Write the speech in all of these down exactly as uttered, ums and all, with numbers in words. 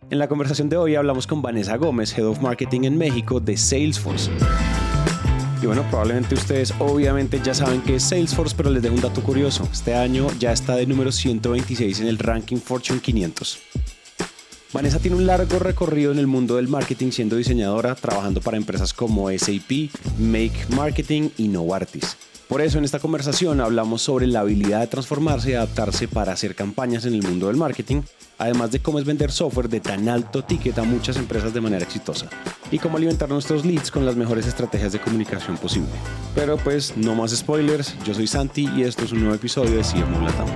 En la conversación de hoy hablamos con Vanessa Gómez, Head of Marketing en México de Salesforce. Y bueno, probablemente ustedes obviamente ya saben qué es Salesforce, pero les dejo un dato curioso. Este año ya está de número ciento veintiséis en el ranking Fortune quinientos. Vanessa tiene un largo recorrido en el mundo del marketing siendo diseñadora, trabajando para empresas como S A P, Make Marketing y Novartis. Por eso en esta conversación hablamos sobre la habilidad de transformarse y adaptarse para hacer campañas en el mundo del marketing, además de cómo es vender software de tan alto ticket a muchas empresas de manera exitosa y cómo alimentar nuestros leads con las mejores estrategias de comunicación posible. Pero pues no más spoilers, yo soy Santi y esto es un nuevo episodio de C M O Latam.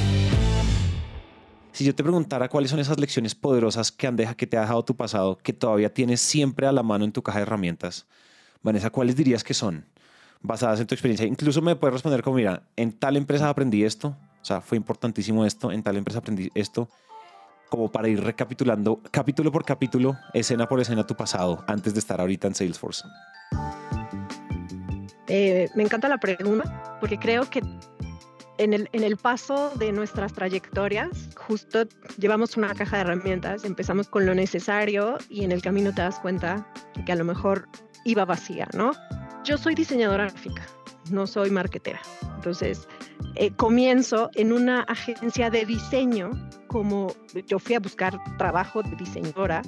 Si yo te preguntara cuáles son esas lecciones poderosas que, han deja, que te ha dejado tu pasado, que todavía tienes siempre a la mano en tu caja de herramientas, Vanessa, ¿cuáles dirías que son? Basadas en tu experiencia. Incluso me puedes responder como, mira, en tal empresa aprendí esto, o sea, fue importantísimo esto, en tal empresa aprendí esto, como para ir recapitulando capítulo por capítulo, escena por escena tu pasado, antes de estar ahorita en Salesforce. Eh, me encanta la pregunta, porque creo que en el, en el paso de nuestras trayectorias, justo llevamos una caja de herramientas, empezamos con lo necesario y en el camino te das cuenta que a lo mejor iba vacía, ¿no? Yo soy diseñadora gráfica, no soy marketera. Entonces, eh, comienzo en una agencia de diseño, como yo fui a buscar trabajo de diseñadora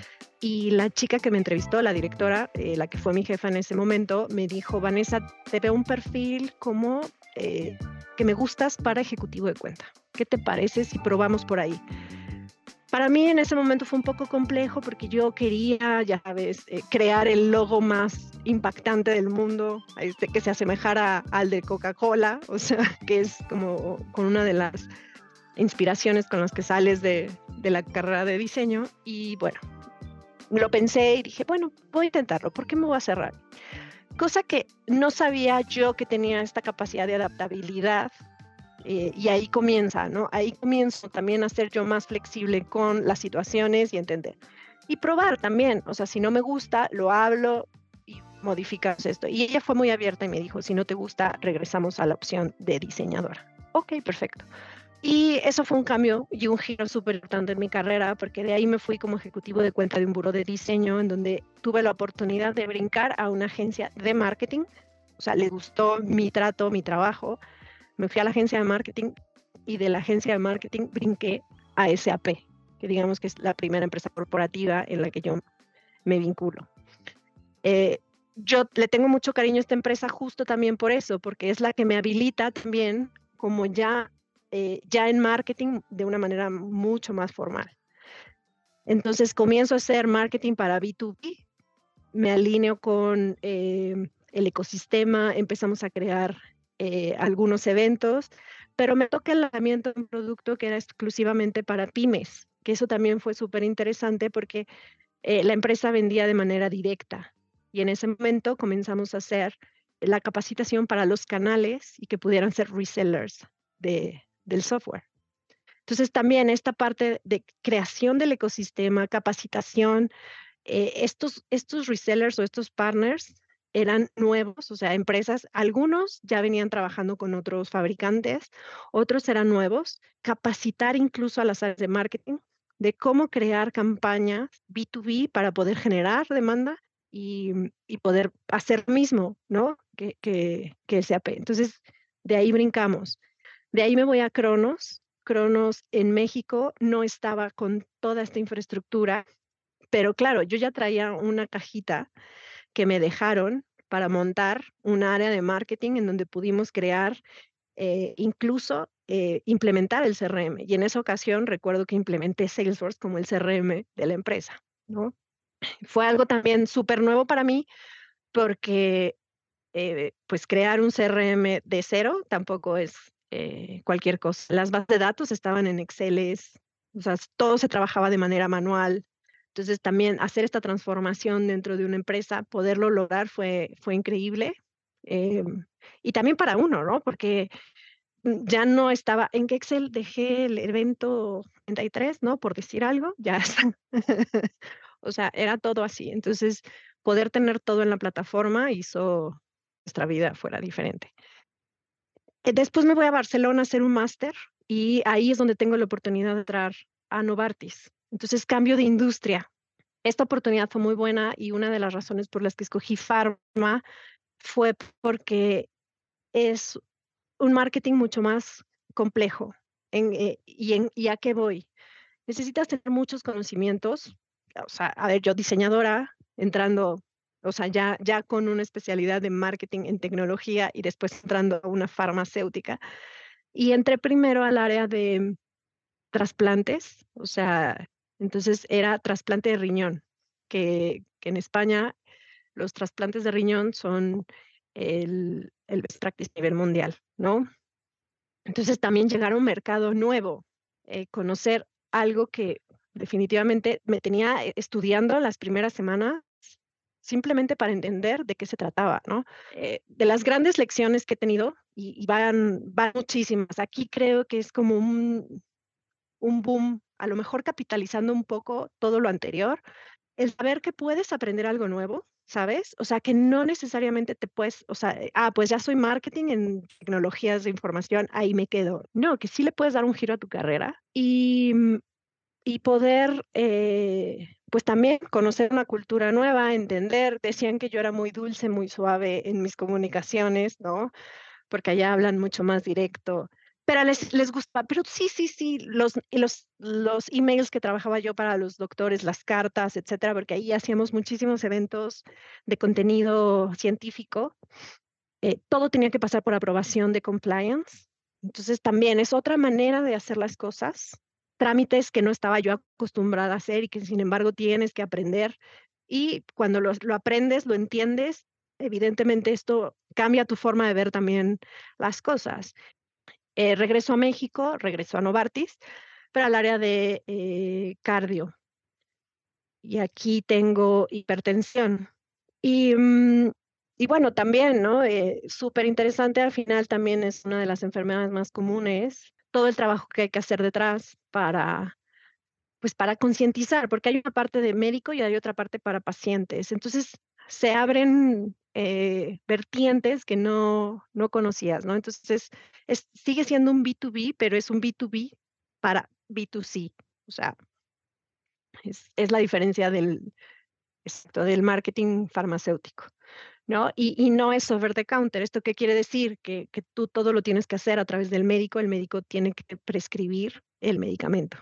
y la chica que me entrevistó, la directora, eh, la que fue mi jefa en ese momento, me dijo, Vanessa, te veo un perfil como eh, que me gustas para ejecutivo de cuenta. ¿Qué te parece si probamos por ahí? Para mí en ese momento fue un poco complejo porque yo quería, ya sabes, eh, crear el logo más impactante del mundo, este, que se asemejara al de Coca-Cola, o sea, que es como con una de las inspiraciones con las que sales de, de la carrera de diseño. Y bueno, lo pensé y dije, bueno, voy a intentarlo, ¿por qué me voy a cerrar? Cosa que no sabía yo que tenía esta capacidad de adaptabilidad. Eh, y ahí comienza, ¿no? Ahí comienzo también a ser yo más flexible con las situaciones y entender. Y probar también, o sea, si no me gusta, lo hablo y modificamos esto. Y ella fue muy abierta y me dijo, si no te gusta, regresamos a la opción de diseñadora. Ok, perfecto. Y eso fue un cambio y un giro súper importante en mi carrera, porque de ahí me fui como ejecutivo de cuenta de un buró de diseño, en donde tuve la oportunidad de brincar a una agencia de marketing. O sea, le gustó mi trato, mi trabajo. Me fui a la agencia de marketing y de la agencia de marketing brinqué a S A P, que digamos que es la primera empresa corporativa en la que yo me vinculo. Eh, yo le tengo mucho cariño a esta empresa justo también por eso, porque es la que me habilita también como ya, eh, ya en marketing de una manera mucho más formal. Entonces comienzo a hacer marketing para B dos B, me alineo con eh, el ecosistema, empezamos a crear eh, algunos eventos, pero me toca el lanzamiento de un producto que era exclusivamente para pymes, que eso también fue súper interesante porque eh, la empresa vendía de manera directa y en ese momento comenzamos a hacer la capacitación para los canales y que pudieran ser resellers de, del software. Entonces también esta parte de creación del ecosistema, capacitación, eh, estos, estos resellers o estos partners eran nuevos, o sea, empresas, algunos ya venían trabajando con otros fabricantes, otros eran nuevos, capacitar incluso a las áreas de marketing de cómo crear campañas B dos B para poder generar demanda y, y poder hacer lo mismo, ¿no? Que, que, que S A P. Entonces, de ahí brincamos. De ahí me voy a Cronos. Cronos en México no estaba con toda esta infraestructura, pero claro, yo ya traía una cajita que me dejaron para montar un área de marketing en donde pudimos crear, eh, incluso eh, implementar el C R M. Y en esa ocasión recuerdo que implementé Salesforce como el C R M de la empresa, ¿no? Fue algo también súper nuevo para mí porque eh, pues crear un C R M de cero tampoco es eh, cualquier cosa. Las bases de datos estaban en Excel, o sea, todo se trabajaba de manera manual. Entonces también hacer esta transformación dentro de una empresa, poderlo lograr fue, fue increíble. Eh, y también para uno, ¿no? Porque ya no estaba, en qué Excel dejé el evento treinta y tres, ¿no? Por decir algo, ya está. O sea, era todo así. Entonces, poder tener todo en la plataforma hizo nuestra vida fuera diferente. Eh, Después me voy a Barcelona a hacer un máster y ahí es donde tengo la oportunidad de entrar a Novartis. Entonces, cambio de industria. Esta oportunidad fue muy buena y una de las razones por las que escogí Pharma fue porque es un marketing mucho más complejo. En, eh, y, en, ¿Y a qué voy? Necesitas tener muchos conocimientos. O sea, a ver, yo diseñadora, entrando, o sea, ya, ya con una especialidad de marketing en tecnología y después entrando a una farmacéutica. Y entré primero al área de trasplantes, o sea, entonces era trasplante de riñón, que, que en España los trasplantes de riñón son el, el best practice a nivel mundial, ¿no? Entonces también llegar a un mercado nuevo, eh, conocer algo que definitivamente me tenía eh, estudiando las primeras semanas simplemente para entender de qué se trataba, ¿no? Eh, de las grandes lecciones que he tenido, y, y van, van muchísimas, aquí creo que es como un, un boom, a lo mejor capitalizando un poco todo lo anterior, el saber que puedes aprender algo nuevo, ¿sabes? O sea, que no necesariamente te puedes, o sea, eh, ah, pues ya soy marketing en tecnologías de información, ahí me quedo. No, que sí le puedes dar un giro a tu carrera y, mm, y poder, eh, pues también conocer una cultura nueva, entender. Decían que yo era muy dulce, muy suave en mis comunicaciones, ¿no? Porque allá hablan mucho más directo, pero les, les gusta, pero sí, sí, sí, los, y los, los emails que trabajaba yo para los doctores, las cartas, etcétera, porque ahí hacíamos muchísimos eventos de contenido científico, eh, todo tenía que pasar por aprobación de compliance, entonces también es otra manera de hacer las cosas, trámites que no estaba yo acostumbrada a hacer y que sin embargo tienes que aprender, y cuando lo, lo aprendes, lo entiendes, evidentemente esto cambia tu forma de ver también las cosas. Eh, regreso a México, regreso a Novartis, pero al área de eh, cardio. Y aquí tengo hipertensión. Y, mm, y bueno, también, ¿no? Eh, súper interesante, al final también es una de las enfermedades más comunes. Todo el trabajo que hay que hacer detrás para, pues para concientizar, porque hay una parte de médico y hay otra parte para pacientes. Entonces, se abren eh, vertientes que no, no conocías, ¿no? Entonces, es, sigue siendo un B dos B, pero es un B dos B para B dos C. O sea, es, es la diferencia del, esto, del marketing farmacéutico, ¿no? Y, y no es over the counter. ¿Esto qué quiere decir? Que, que tú todo lo tienes que hacer a través del médico. El médico tiene que prescribir el medicamento.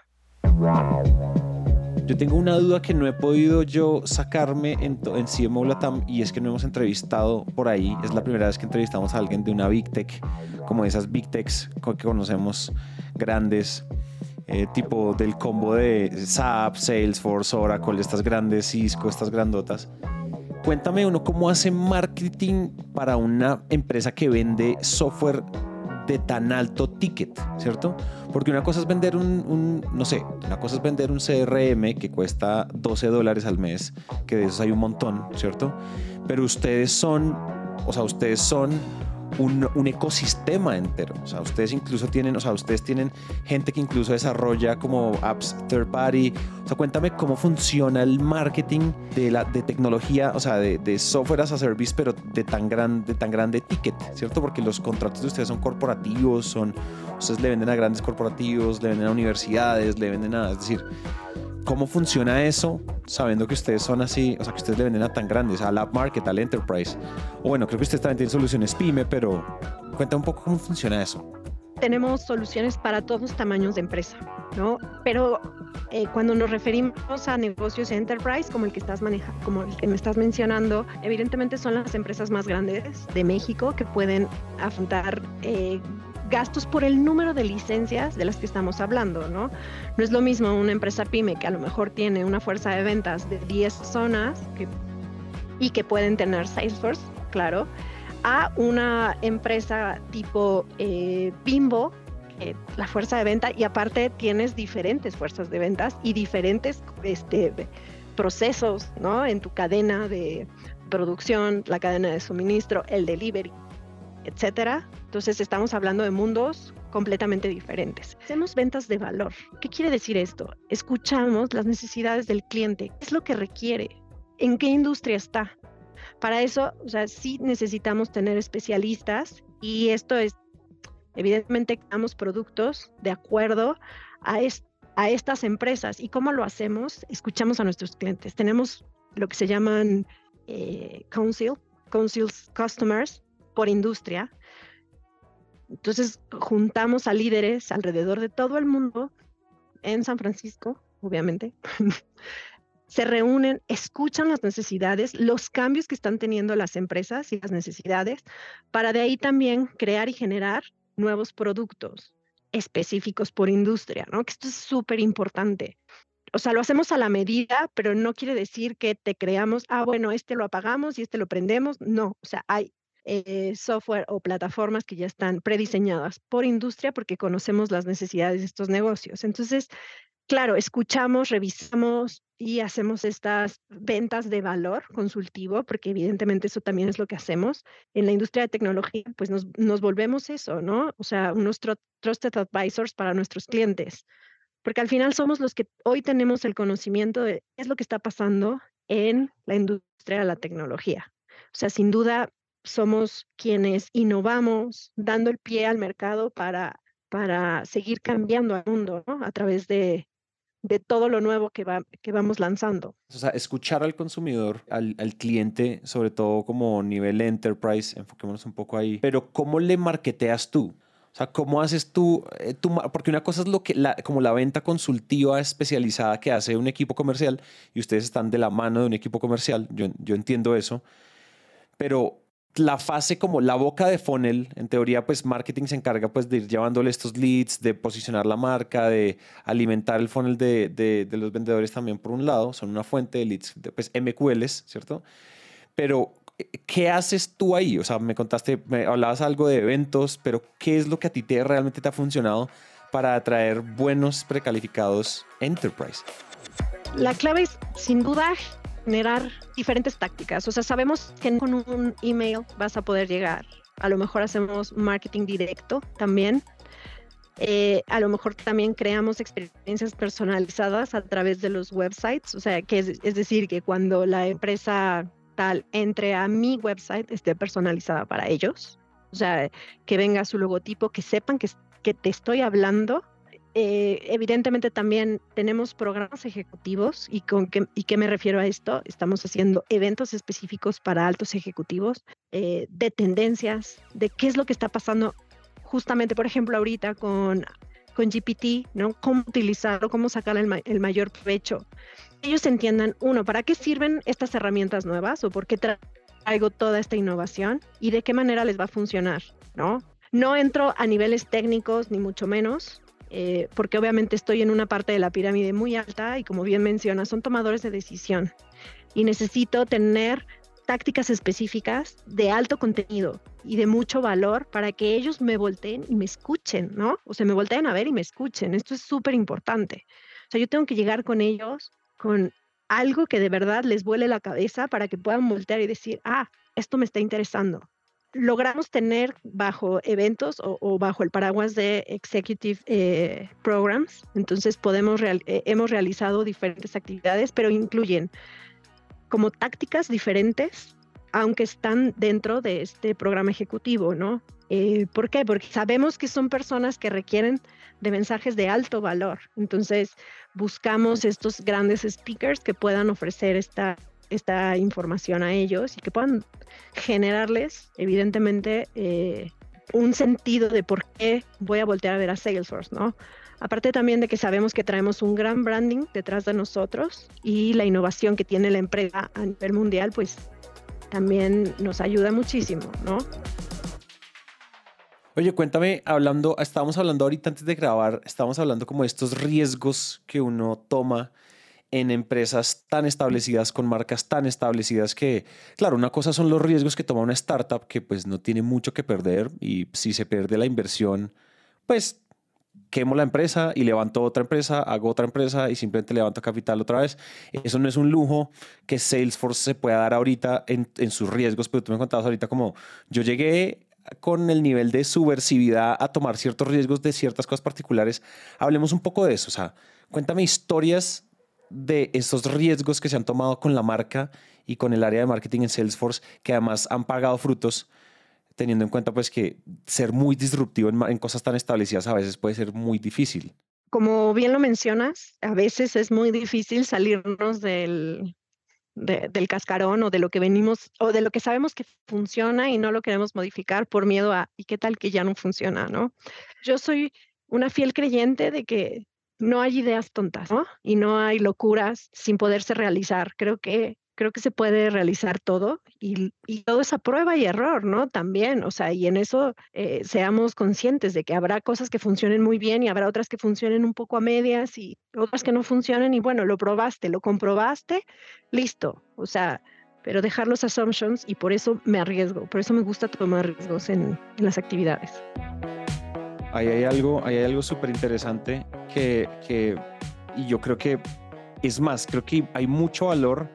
Yo tengo una duda que no he podido yo sacarme en, en C M O Latam, y es que no hemos entrevistado por ahí. Es la primera vez que entrevistamos a alguien de una Big Tech, como esas Big Techs que conocemos, grandes, eh, tipo del combo de S A P, Salesforce, Oracle, estas grandes, Cisco, estas grandotas. Cuéntame uno cómo hace marketing para una empresa que vende software de tan alto ticket, ¿cierto? Porque una cosa es vender un, un, no sé, una cosa es vender un C R M que cuesta doce dólares al mes, que de esos hay un montón, ¿cierto? Pero ustedes son, o sea, ustedes son un, un ecosistema entero. O sea, ustedes incluso tienen, o sea, ustedes tienen gente que incluso desarrolla como apps third party. O sea, cuéntame cómo funciona el marketing de, la, de tecnología, o sea, de, de software as a service, pero de tan, gran, de tan grande ticket, ¿cierto? Porque los contratos de ustedes son corporativos, son, ustedes le venden a grandes corporativos, le venden a universidades, le venden a, es decir, ¿cómo funciona eso sabiendo que ustedes son así, o sea, que ustedes le venden a tan grandes, al app market, al enterprise? O bueno, creo que ustedes también tienen soluciones pyme, pero cuenta un poco cómo funciona eso. Tenemos soluciones para todos tamaños de empresa, ¿no? Pero eh, cuando nos referimos a negocios enterprise, como el que estás manejando, como el que me estás mencionando, evidentemente son las empresas más grandes de México que pueden afrontar eh, gastos por el número de licencias de las que estamos hablando, ¿no? No es lo mismo una empresa pyme que a lo mejor tiene una fuerza de ventas de diez personas que, y que pueden tener Salesforce, claro, a una empresa tipo eh, Bimbo, eh, la fuerza de venta, y aparte tienes diferentes fuerzas de ventas y diferentes este, procesos, ¿no? En tu cadena de producción, la cadena de suministro, el delivery, etcétera. Entonces estamos hablando de mundos completamente diferentes. Hacemos ventas de valor. ¿Qué quiere decir esto? Escuchamos las necesidades del cliente. ¿Qué es lo que requiere? ¿En qué industria está? Para eso, o sea, sí necesitamos tener especialistas, y esto es, evidentemente, creamos productos de acuerdo a, est a estas empresas. ¿Y cómo lo hacemos? Escuchamos a nuestros clientes. Tenemos lo que se llaman eh, council, councils customers por industria. Entonces juntamos a líderes alrededor de todo el mundo, en San Francisco, obviamente. Se reúnen, escuchan las necesidades, los cambios que están teniendo las empresas y las necesidades, para de ahí también crear y generar nuevos productos específicos por industria, ¿no? Que esto es súper importante. O sea, lo hacemos a la medida, pero no quiere decir que te creamos, ah, bueno, este lo apagamos y este lo prendemos. No, o sea, hay eh, software o plataformas que ya están prediseñadas por industria porque conocemos las necesidades de estos negocios. Entonces, claro, escuchamos, revisamos y hacemos estas ventas de valor consultivo, porque evidentemente eso también es lo que hacemos. En la industria de tecnología, pues nos, nos volvemos eso, ¿no? O sea, unos tr- trusted advisors para nuestros clientes, porque al final somos los que hoy tenemos el conocimiento de qué es lo que está pasando en la industria de la tecnología. O sea, sin duda somos quienes innovamos, dando el pie al mercado para, para seguir cambiando al mundo, ¿no? A través de de todo lo nuevo que, va, que vamos lanzando. O sea, escuchar al consumidor, al, al cliente, sobre todo como nivel enterprise, enfoquémonos un poco ahí, pero ¿cómo le marketeas tú? O sea, ¿cómo haces tú? Eh, tú porque una cosa es lo que la, como la venta consultiva especializada que hace un equipo comercial y ustedes están de la mano de un equipo comercial, yo, yo entiendo eso, pero la fase como la boca de funnel, en teoría, pues marketing se encarga pues de ir llevándole estos leads, de posicionar la marca, de alimentar el funnel de, de, de los vendedores también por un lado, son una fuente de leads, de, pues M Q Ls, ¿cierto? Pero, ¿qué haces tú ahí? O sea, me contaste, me hablabas algo de eventos, pero ¿qué es lo que a ti te, realmente te ha funcionado para atraer buenos precalificados enterprise? La clave es, sin duda, generar diferentes tácticas. O sea, sabemos que con un email vas a poder llegar. A lo mejor hacemos marketing directo también. Eh, a lo mejor también creamos experiencias personalizadas a través de los websites. O sea, que es, es decir, que cuando la empresa tal entre a mi website esté personalizada para ellos. O sea, que venga su logotipo, que sepan que, que te estoy hablando. Eh, evidentemente también tenemos programas ejecutivos y con qué, y qué me refiero a esto. Estamos haciendo eventos específicos para altos ejecutivos eh, de tendencias, de qué es lo que está pasando justamente, por ejemplo, ahorita con, con G P T, ¿no? Cómo utilizarlo, cómo sacar el, ma el mayor provecho. Ellos entiendan, uno, ¿para qué sirven estas herramientas nuevas o por qué traigo toda esta innovación y de qué manera les va a funcionar, ¿no? No entro a niveles técnicos ni mucho menos, Eh, porque obviamente estoy en una parte de la pirámide muy alta y como bien menciona, son tomadores de decisión y necesito tener tácticas específicas de alto contenido y de mucho valor para que ellos me volteen y me escuchen, ¿no? O sea, me volteen a ver y me escuchen. Esto es súper importante. O sea, yo tengo que llegar con ellos con algo que de verdad les vuele la cabeza para que puedan voltear y decir, ah, esto me está interesando. Logramos tener bajo eventos o, o bajo el paraguas de Executive eh, Programs, entonces podemos real, eh, hemos realizado diferentes actividades, pero incluyen como tácticas diferentes, aunque están dentro de este programa ejecutivo, ¿no? Eh, ¿Por qué? Porque sabemos que son personas que requieren de mensajes de alto valor, entonces buscamos estos grandes speakers que puedan ofrecer esta esta información a ellos y que puedan generarles, evidentemente, eh, un sentido de por qué voy a voltear a ver a Salesforce, ¿no? Aparte también de que sabemos que traemos un gran branding detrás de nosotros y la innovación que tiene la empresa a nivel mundial, pues también nos ayuda muchísimo, ¿no? Oye, cuéntame, hablando, estábamos hablando ahorita antes de grabar, estábamos hablando como de estos riesgos que uno toma en empresas tan establecidas, con marcas tan establecidas que, claro, una cosa son los riesgos que toma una startup que pues no tiene mucho que perder y si se pierde la inversión, pues quemo la empresa y levanto otra empresa, hago otra empresa y simplemente levanto capital otra vez. Eso no es un lujo que Salesforce se pueda dar ahorita en, en sus riesgos, pero tú me contabas ahorita como yo llegué con el nivel de subversividad a tomar ciertos riesgos de ciertas cosas particulares. Hablemos un poco de eso, o sea, cuéntame historias de esos riesgos que se han tomado con la marca y con el área de marketing en Salesforce, que además han pagado frutos, teniendo en cuenta pues que ser muy disruptivo en, en cosas tan establecidas a veces puede ser muy difícil. como bien lo mencionas, a veces es muy difícil salirnos del, de- del cascarón o de lo que venimos o de lo que sabemos que funciona y no lo queremos modificar por miedo a, ¿y qué tal que ya no funciona, ¿no? Yo soy una fiel creyente de que no hay ideas tontas, ¿no? Y no hay locuras sin poderse realizar. Creo que, creo que se puede realizar todo y, y todo es a prueba y error, ¿no? También, o sea, y en eso eh, seamos conscientes de que habrá cosas que funcionen muy bien y habrá otras que funcionen un poco a medias y otras que no funcionen y bueno, lo probaste, lo comprobaste, listo, o sea, pero dejar los assumptions y por eso me arriesgo, por eso me gusta tomar riesgos en, en las actividades. Ahí hay algo, ahí hay algo súper interesante que, que, y yo creo que es más, creo que hay mucho valor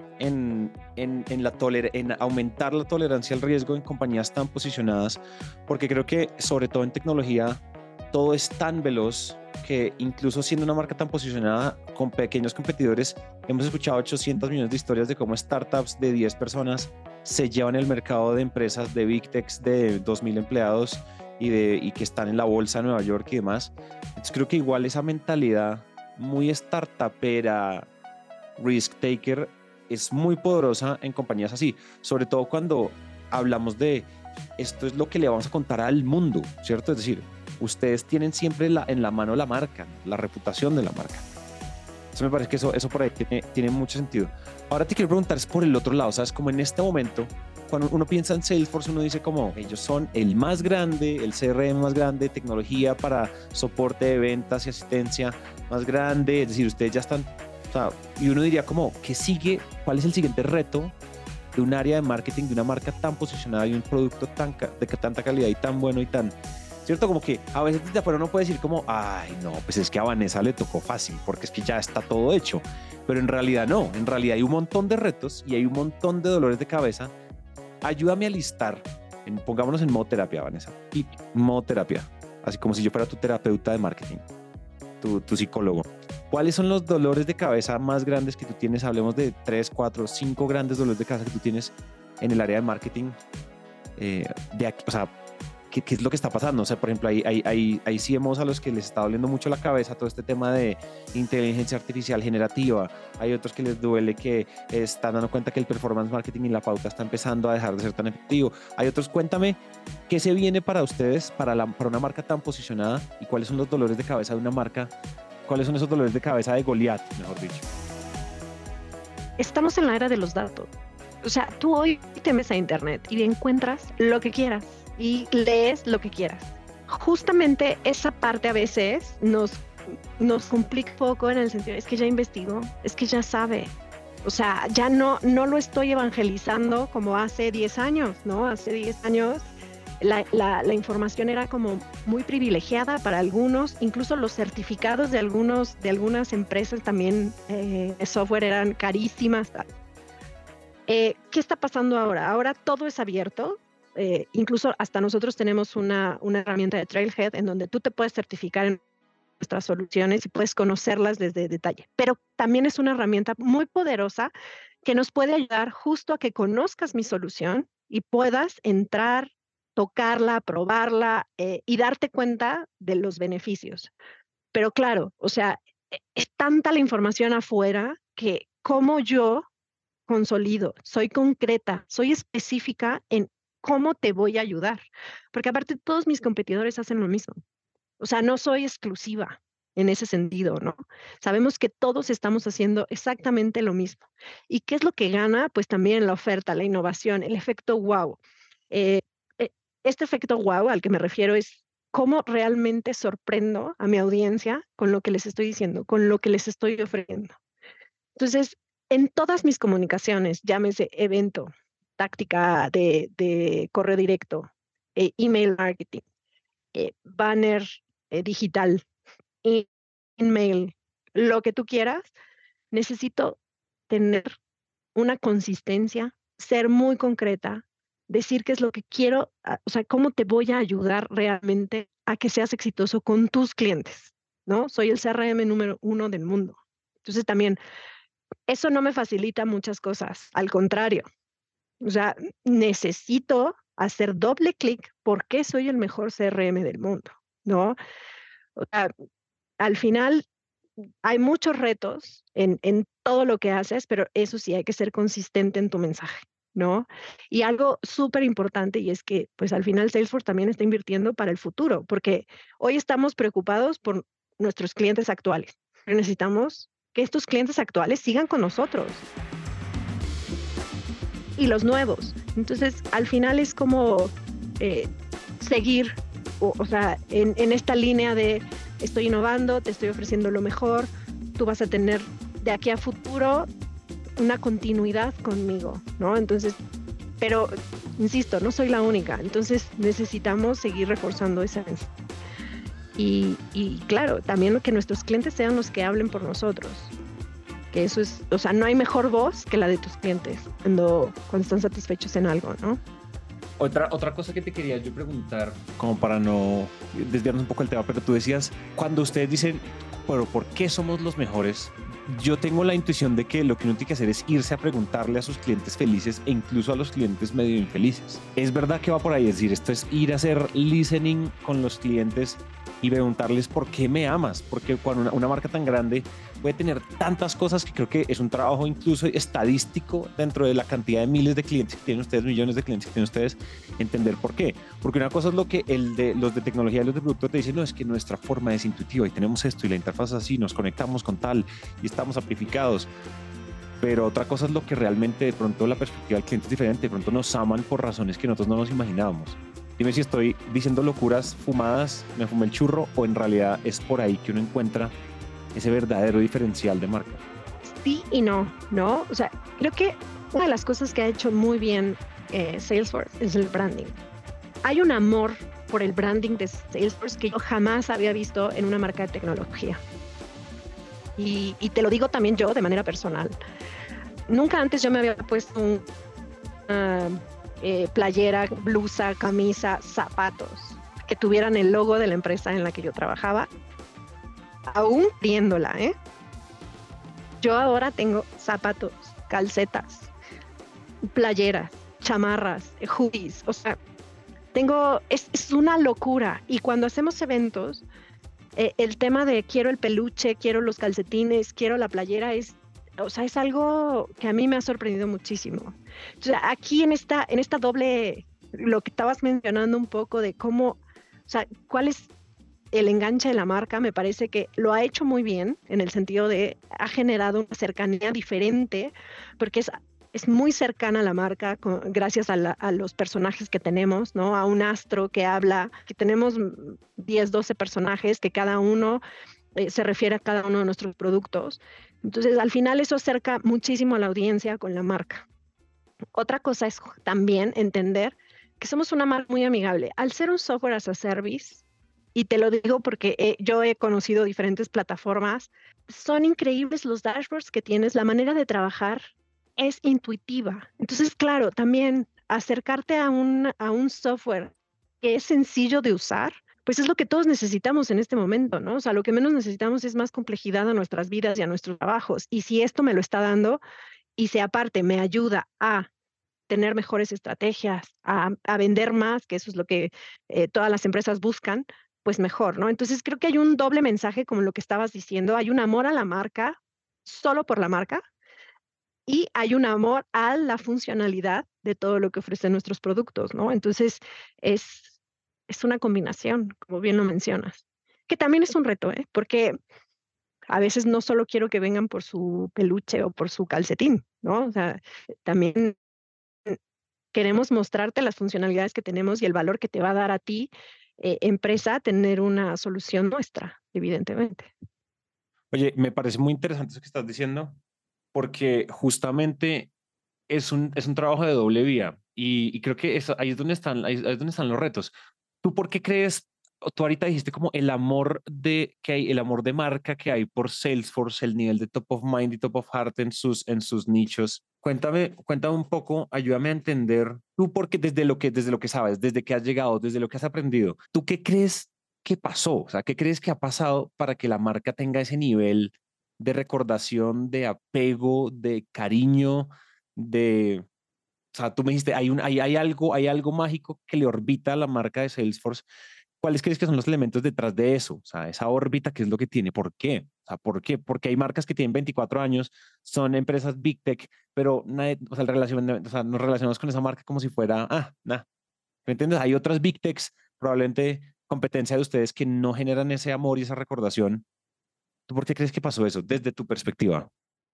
en, en, en, la toler en aumentar la tolerancia al riesgo en compañías tan posicionadas, porque creo que sobre todo en tecnología todo es tan veloz que incluso siendo una marca tan posicionada con pequeños competidores, hemos escuchado ochocientos millones de historias de cómo startups de diez personas se llevan el mercado de empresas de Big Techs de dos mil empleados y, de, y que están en la bolsa de Nueva York y demás. Entonces creo que igual esa mentalidad muy startupera, risk taker, es muy poderosa en compañías así, sobre todo cuando hablamos de esto es lo que le vamos a contar al mundo, ¿cierto? Es decir, ustedes tienen siempre la, en la mano la marca, la reputación de la marca. Eso me parece que eso, eso por ahí tiene, tiene mucho sentido. Ahora te quiero preguntar, es por el otro lado, ¿sabes? Como en este momento, cuando uno piensa en Salesforce, uno dice como ellos son el más grande, el C R M más grande, tecnología para soporte de ventas y asistencia más grande, es decir, ustedes ya están, o sea, y uno diría como, ¿qué sigue? ¿Cuál es el siguiente reto de un área de marketing, de una marca tan posicionada y un producto tan, de tanta calidad y tan bueno y tan, ¿cierto? Como que a veces desde afuera uno puede decir como, ay, no, pues es que a Vanessa le tocó fácil, porque es que ya está todo hecho. Pero en realidad no, en realidad hay un montón de retos y hay un montón de dolores de cabeza. Ayúdame a listar, en, pongámonos en modo terapia, Vanessa, y modo terapia, así como si yo fuera tu terapeuta de marketing, tu, tu psicólogo. ¿Cuáles son los dolores de cabeza más grandes que tú tienes? Hablemos de tres, cuatro, cinco grandes dolores de cabeza que tú tienes en el área de marketing. Eh, de aquí, o sea, ¿Qué, ¿qué es lo que está pasando? O sea, por ejemplo, hay, hay, hay, hay C M Os a los que les está doliendo mucho la cabeza todo este tema de inteligencia artificial generativa. Hay otros que les duele que están dando cuenta que el performance marketing y la pauta está empezando a dejar de ser tan efectivo. Hay otros, cuéntame, ¿qué se viene para ustedes, para, la, para una marca tan posicionada y cuáles son los dolores de cabeza de una marca? ¿Cuáles son esos dolores de cabeza de Goliat, mejor dicho? Estamos en la era de los datos. O sea, tú hoy te metes a internet y encuentras lo que quieras y lees lo que quieras. Justamente esa parte a veces nos, nos complica un poco en el sentido, es que ya investigó, es que ya sabe. O sea, ya no, no lo estoy evangelizando como hace diez años, ¿no? Hace diez años la, la, la información era como muy privilegiada para algunos, incluso los certificados de, algunos, de algunas empresas también eh, de software eran carísimas. Eh, ¿Qué está pasando ahora? Ahora todo es abierto. Eh, incluso hasta nosotros tenemos una, una herramienta de Trailhead en donde tú te puedes certificar en nuestras soluciones y puedes conocerlas desde detalle. Pero también es una herramienta muy poderosa que nos puede ayudar justo a que conozcas mi solución y puedas entrar, tocarla, probarla eh, y darte cuenta de los beneficios. Pero claro, o sea, es tanta la información afuera que como yo consolido, soy concreta, soy específica en cómo te voy a ayudar. Porque aparte todos mis competidores hacen lo mismo. O sea, no soy exclusiva en ese sentido, ¿no? Sabemos que todos estamos haciendo exactamente lo mismo. ¿Y qué es lo que gana? Pues también la oferta, la innovación, el efecto wow. Eh, eh, este efecto wow al que me refiero es cómo realmente sorprendo a mi audiencia con lo que les estoy diciendo, con lo que les estoy ofreciendo. Entonces, en todas mis comunicaciones, llámese evento, táctica de, de correo directo, eh, email marketing, eh, banner eh, digital, e- email, lo que tú quieras, necesito tener una consistencia, ser muy concreta, decir qué es lo que quiero, a- o sea, cómo te voy a ayudar realmente a que seas exitoso con tus clientes, ¿no? Soy el C R M número uno del mundo. Entonces también eso no me facilita muchas cosas, al contrario, o sea, necesito hacer doble clic porque soy el mejor C R M del mundo, ¿no? O sea, al final hay muchos retos en, en todo lo que haces, pero eso sí, hay que ser consistente en tu mensaje, ¿no? Y algo súper importante y es que, pues al final Salesforce también está invirtiendo para el futuro, porque hoy estamos preocupados por nuestros clientes actuales, pero necesitamos que estos clientes actuales sigan con nosotros y los nuevos. Entonces, al final es como eh, seguir, o, o sea, en, en esta línea de estoy innovando, te estoy ofreciendo lo mejor, tú vas a tener de aquí a futuro una continuidad conmigo, ¿no? Entonces, pero, insisto, no soy la única, entonces necesitamos seguir reforzando esa mensaje. Y, y claro, también que nuestros clientes sean los que hablen por nosotros. Que eso es, o sea, no hay mejor voz que la de tus clientes cuando, cuando están satisfechos en algo, ¿no? Otra, otra cosa que te quería yo preguntar, como para no desviarnos un poco del tema, pero tú decías, cuando ustedes dicen, pero ¿por qué somos los mejores? Yo tengo la intuición de que lo que uno tiene que hacer es irse a preguntarle a sus clientes felices e incluso a los clientes medio infelices. Es verdad que va por ahí, es decir, esto es ir a hacer listening con los clientes y preguntarles por qué me amas, porque cuando una, una marca tan grande puede tener tantas cosas que creo que es un trabajo incluso estadístico dentro de la cantidad de miles de clientes que tienen ustedes, millones de clientes que tienen ustedes, entender por qué. Porque una cosa es lo que el de, los de tecnología y los de producto te dicen, no, es que nuestra forma es intuitiva y tenemos esto y la interfaz es así, nos conectamos con tal y estamos amplificados. Pero otra cosa es lo que realmente de pronto la perspectiva del cliente es diferente, de pronto nos aman por razones que nosotros no nos imaginábamos. Dime si estoy diciendo locuras fumadas, me fumé el churro, o en realidad es por ahí que uno encuentra ese verdadero diferencial de marca. Sí y no, ¿no? O sea, creo que una de las cosas que ha hecho muy bien eh, Salesforce es el branding. Hay un amor por el branding de Salesforce que yo jamás había visto en una marca de tecnología. Y, y te lo digo también yo de manera personal. Nunca antes yo me había puesto un... Uh, Eh, playera, blusa, camisa, zapatos que tuvieran el logo de la empresa en la que yo trabajaba, aún viéndola, ¿eh? Yo ahora tengo zapatos, calcetas, playeras, chamarras, hoodies, o sea, tengo, es, es una locura. Y cuando hacemos eventos, eh, el tema de quiero el peluche, quiero los calcetines, quiero la playera es o sea, es algo que a mí me ha sorprendido muchísimo. Entonces, aquí en esta, en esta doble, lo que estabas mencionando un poco de cómo, o sea, cuál es el enganche de la marca, me parece que lo ha hecho muy bien en el sentido de ha generado una cercanía diferente, porque es, es muy cercana a la marca con, gracias a, la, a los personajes que tenemos, ¿no? A un astro que habla, que tenemos diez, doce personajes que cada uno eh, se refiere a cada uno de nuestros productos. Entonces, al final eso acerca muchísimo a la audiencia con la marca. Otra cosa es también entender que somos una marca muy amigable. Al ser un software as a service, y te lo digo porque eh, yo he conocido diferentes plataformas, son increíbles los dashboards que tienes, la manera de trabajar es intuitiva. Entonces, claro, también acercarte a un, a un software que es sencillo de usar, pues es lo que todos necesitamos en este momento, ¿no? O sea, lo que menos necesitamos es más complejidad a nuestras vidas y a nuestros trabajos. Y si esto me lo está dando y si aparte me ayuda a tener mejores estrategias, a, a vender más, que eso es lo que eh, todas las empresas buscan, pues mejor, ¿no? Entonces creo que hay un doble mensaje como lo que estabas diciendo, hay un amor a la marca, solo por la marca, y hay un amor a la funcionalidad de todo lo que ofrecen nuestros productos, ¿no? Entonces es, es una combinación, como bien lo mencionas, que también es un reto, ¿eh? Porque a veces no solo quiero que vengan por su peluche o por su calcetín, ¿no? O sea, también queremos mostrarte las funcionalidades que tenemos y el valor que te va a dar a ti, eh, empresa, tener una solución nuestra, evidentemente. Oye, me parece muy interesante eso que estás diciendo, porque justamente es un, es un trabajo de doble vía y, y creo que eso, ahí, es donde están, ahí, ahí es donde están los retos. ¿Tú por qué crees, o tú ahorita dijiste como el amor de que hay, el amor de marca que hay por Salesforce, el nivel de top of mind y top of heart en sus, en sus nichos? Cuéntame, cuéntame un poco, ayúdame a entender, tú porque desde lo que, desde lo que sabes, desde que has llegado, desde lo que has aprendido, ¿tú qué crees que pasó? O sea, ¿qué crees que ha pasado para que la marca tenga ese nivel de recordación, de apego, de cariño, de, o sea, tú me dijiste, hay, un, hay, hay, algo, hay algo mágico que le orbita a la marca de Salesforce ¿cuáles crees que son los elementos detrás de eso? O sea, esa órbita, ¿qué es lo que tiene? ¿Por qué? O sea, ¿por qué? Porque hay marcas que tienen veinticuatro años, son empresas Big Tech, pero nadie, o sea, el relacion- o sea, nos relacionamos con esa marca como si fuera, ah, nada. ¿Me entiendes? Hay otras Big Techs, probablemente competencia de ustedes, que no generan ese amor y esa recordación. ¿Tú por qué crees que pasó eso desde tu perspectiva?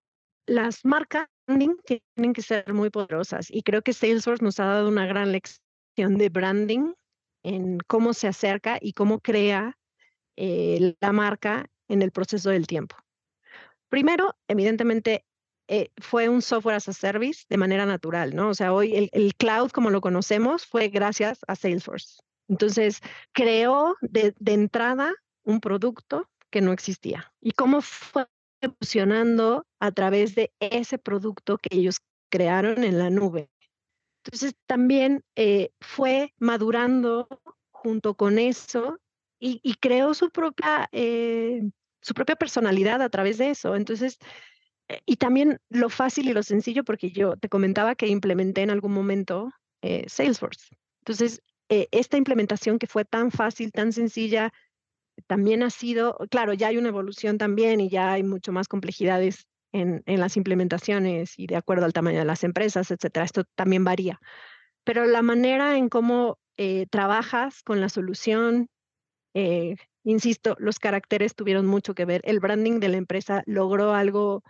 Las marcas branding tienen que ser muy poderosas y creo que Salesforce nos ha dado una gran lección de branding en cómo se acerca y cómo crea eh, la marca en el proceso del tiempo. Primero, evidentemente, eh, fue un software as a service de manera natural, ¿no? O sea, hoy el, el cloud como lo conocemos fue gracias a Salesforce. Entonces, creó de, de entrada un producto que no existía. ¿Y cómo fue evolucionando a través de ese producto que ellos crearon en la nube? Entonces, también eh, fue madurando junto con eso y, y creó su propia, eh, su propia personalidad a través de eso. Entonces, eh, y también lo fácil y lo sencillo, porque yo te comentaba que implementé en algún momento eh, Salesforce. Entonces, eh, esta implementación que fue tan fácil, tan sencilla, también ha sido, claro, ya hay una evolución también y ya hay mucho más complejidades en, en las implementaciones y de acuerdo al tamaño de las empresas, etcétera. Esto también varía. Pero la manera en cómo eh, trabajas con la solución, eh, insisto, los caracteres tuvieron mucho que ver. El branding de la empresa logró algo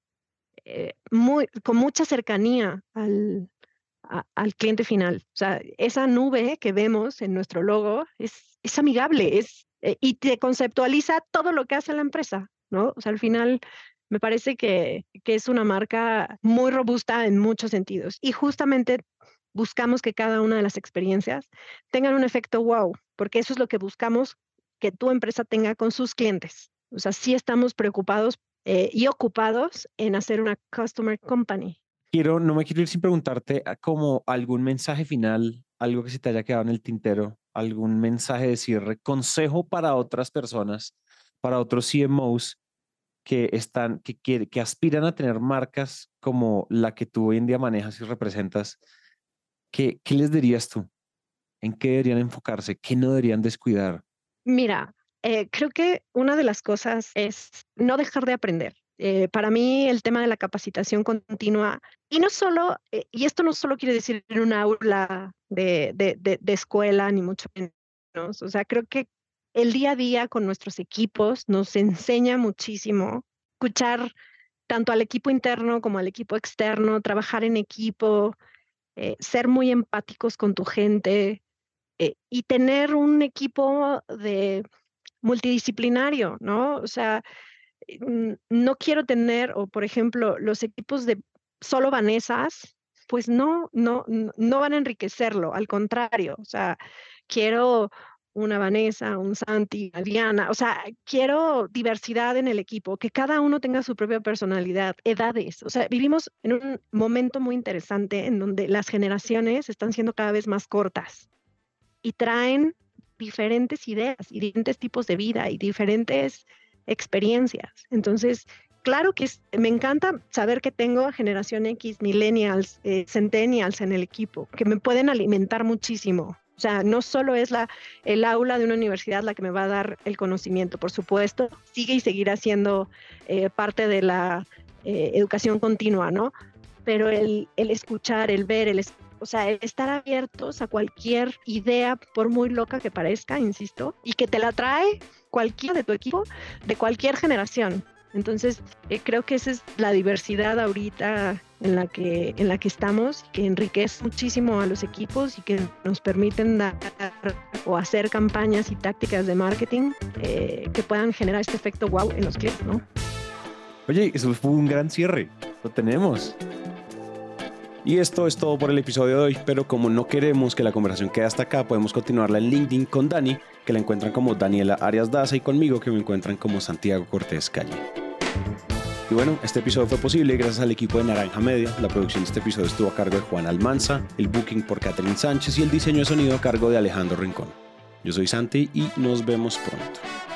eh, muy, con mucha cercanía al, a- al cliente final. O sea, esa nube que vemos en nuestro logo es, es amigable, es, eh, y te conceptualiza todo lo que hace la empresa, ¿no? O sea, al final me parece que, que es una marca muy robusta en muchos sentidos. Y justamente buscamos que cada una de las experiencias tengan un efecto wow, porque eso es lo que buscamos que tu empresa tenga con sus clientes. O sea, sí estamos preocupados eh, y ocupados en hacer una customer company. Quiero, no me quiero ir sin preguntarte ah, como algún mensaje final, algo que se te haya quedado en el tintero, algún mensaje de cierre, consejo para otras personas, para otros C M Os que están, que, quiere- que aspiran a tener marcas como la que tú hoy en día manejas y representas. ¿Qué, qué les dirías tú? ¿En qué deberían enfocarse? ¿Qué no deberían descuidar? Mira, eh, creo que una de las cosas es no dejar de aprender. Eh, para mí el tema de la capacitación continua, y no solo, eh, y esto no solo quiere decir en un aula de, de, de, de escuela, ni mucho menos. O sea, creo que el día a día con nuestros equipos nos enseña muchísimo escuchar tanto al equipo interno como al equipo externo, trabajar en equipo, eh, ser muy empáticos con tu gente, eh, y tener un equipo de multidisciplinario, ¿no? O sea, mm, no quiero tener, o por ejemplo, los equipos de solo Vanessas, pues no, no, no no van a enriquecerlo, al contrario, o sea, quiero una Vanessa, un Santi, una Diana, o sea, quiero diversidad en el equipo, que cada uno tenga su propia personalidad, edades, o sea, vivimos en un momento muy interesante en donde las generaciones están siendo cada vez más cortas y traen diferentes ideas y diferentes tipos de vida y diferentes experiencias. Entonces, claro que es, me encanta saber que tengo a generación X, millennials, eh, centennials en el equipo, que me pueden alimentar muchísimo. O sea, no solo es la, el aula de una universidad la que me va a dar el conocimiento, por supuesto, sigue y seguirá siendo eh, parte de la eh, educación continua, ¿no? Pero el, el escuchar, el ver, el, o sea, el estar abiertos a cualquier idea, por muy loca que parezca, insisto, y que te la trae cualquiera de tu equipo, de cualquier generación. Entonces, eh, creo que esa es la diversidad ahorita en la que, en la que estamos, que enriquece muchísimo a los equipos y que nos permiten dar o hacer campañas y tácticas de marketing eh, que puedan generar este efecto wow en los clientes, ¿no? Oye, eso fue un gran cierre. Lo tenemos. Y esto es todo por el episodio de hoy, pero como no queremos que la conversación quede hasta acá, podemos continuarla en LinkedIn con Dani, que la encuentran como Daniela Arias Daza, y conmigo, que me encuentran como Santiago Cortés Calle. Y bueno, este episodio fue posible gracias al equipo de Naranja Media. La producción de este episodio estuvo a cargo de Juan Almanza, el booking por Catherine Sánchez y el diseño de sonido a cargo de Alejandro Rincón. Yo soy Santi y nos vemos pronto.